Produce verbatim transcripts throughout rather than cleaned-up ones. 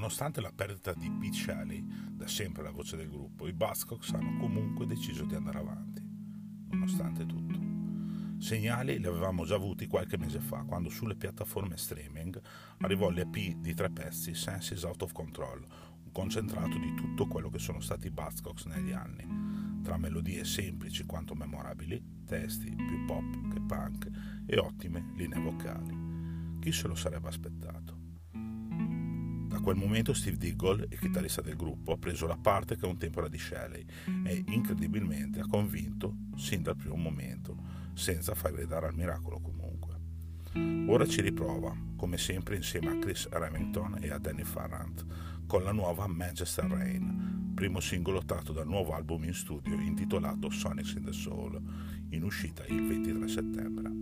Nonostante la perdita di Pete Shelley, da sempre la voce del gruppo, i Buzzcocks hanno comunque deciso di andare avanti, nonostante tutto. Segnali li avevamo già avuti qualche mese fa, quando sulle piattaforme streaming arrivò l'E P di tre pezzi, Senses Out of Control, un concentrato di tutto quello che sono stati i Buzzcocks negli anni, tra melodie semplici quanto memorabili, testi più pop che punk e ottime linee vocali. Chi se lo sarebbe aspettato? Da quel momento Steve Diggle, il chitarrista del gruppo, ha preso la parte che un tempo era di Shelley e incredibilmente ha convinto sin dal primo momento, senza far gridare al miracolo comunque. Ora ci riprova, come sempre insieme a Chris Remington e a Danny Farrant, con la nuova Manchester Rain, primo singolo tratto dal nuovo album in studio intitolato Sonics in the Soul, in uscita il ventitré settembre.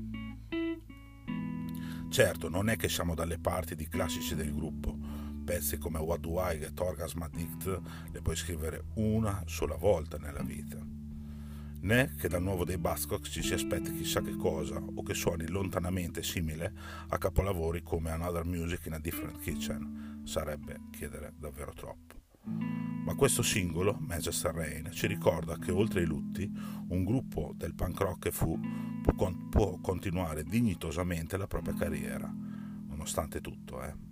Certo, non è che siamo dalle parti di classici del gruppo. Pezzi come What Do I e Orgasm Addict le puoi scrivere una sola volta nella vita. Né che dal nuovo dei Buzzcocks ci si aspetti chissà che cosa o che suoni lontanamente simile a capolavori come Another Music in a Different Kitchen. Sarebbe chiedere davvero troppo. Ma questo singolo, Manchester Rain, ci ricorda che oltre ai lutti, un gruppo del punk rock che fu può, con- può continuare dignitosamente la propria carriera, nonostante tutto, eh.